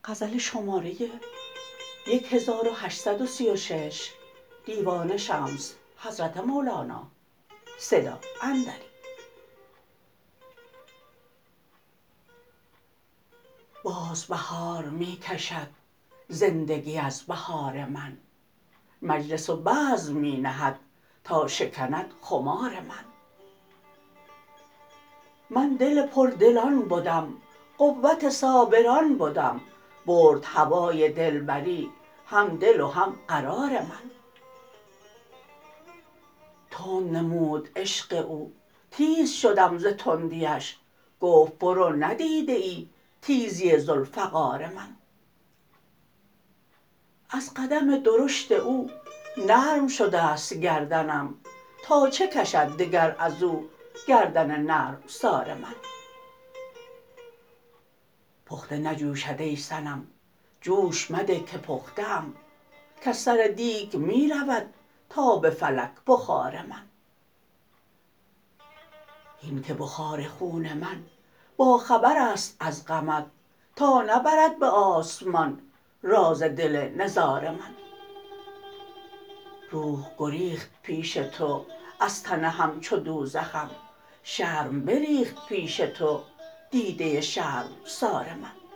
باز بهار می کشد زندگی از بهار من، مجلس و بزم می نهد تا شکند خمار من دل پردلان بدم، قوت صابران بدم، برد هوای دلبری هم دل و هم قرار من. تند نمود عشق او تیز شدم ز تندیش، گفت برو ندیده ای تیزی ذوالفقار من. از قدم درشت او نرم شده ست گردنم، تا چه کشد دگر از او گردن نرمسار من. پخته نجوشد ای صنم جوش مده که پخته ام، کز سر دیگ می رود تا به فلک بخار من. هین که بخار خون من باخبر است از غمت، تا نبرد به آسمان راز دل نزار من. روح گریخت پیش تو از تن همچو دوزخم، شرم بریخت پیش تو دیده شرمسار من.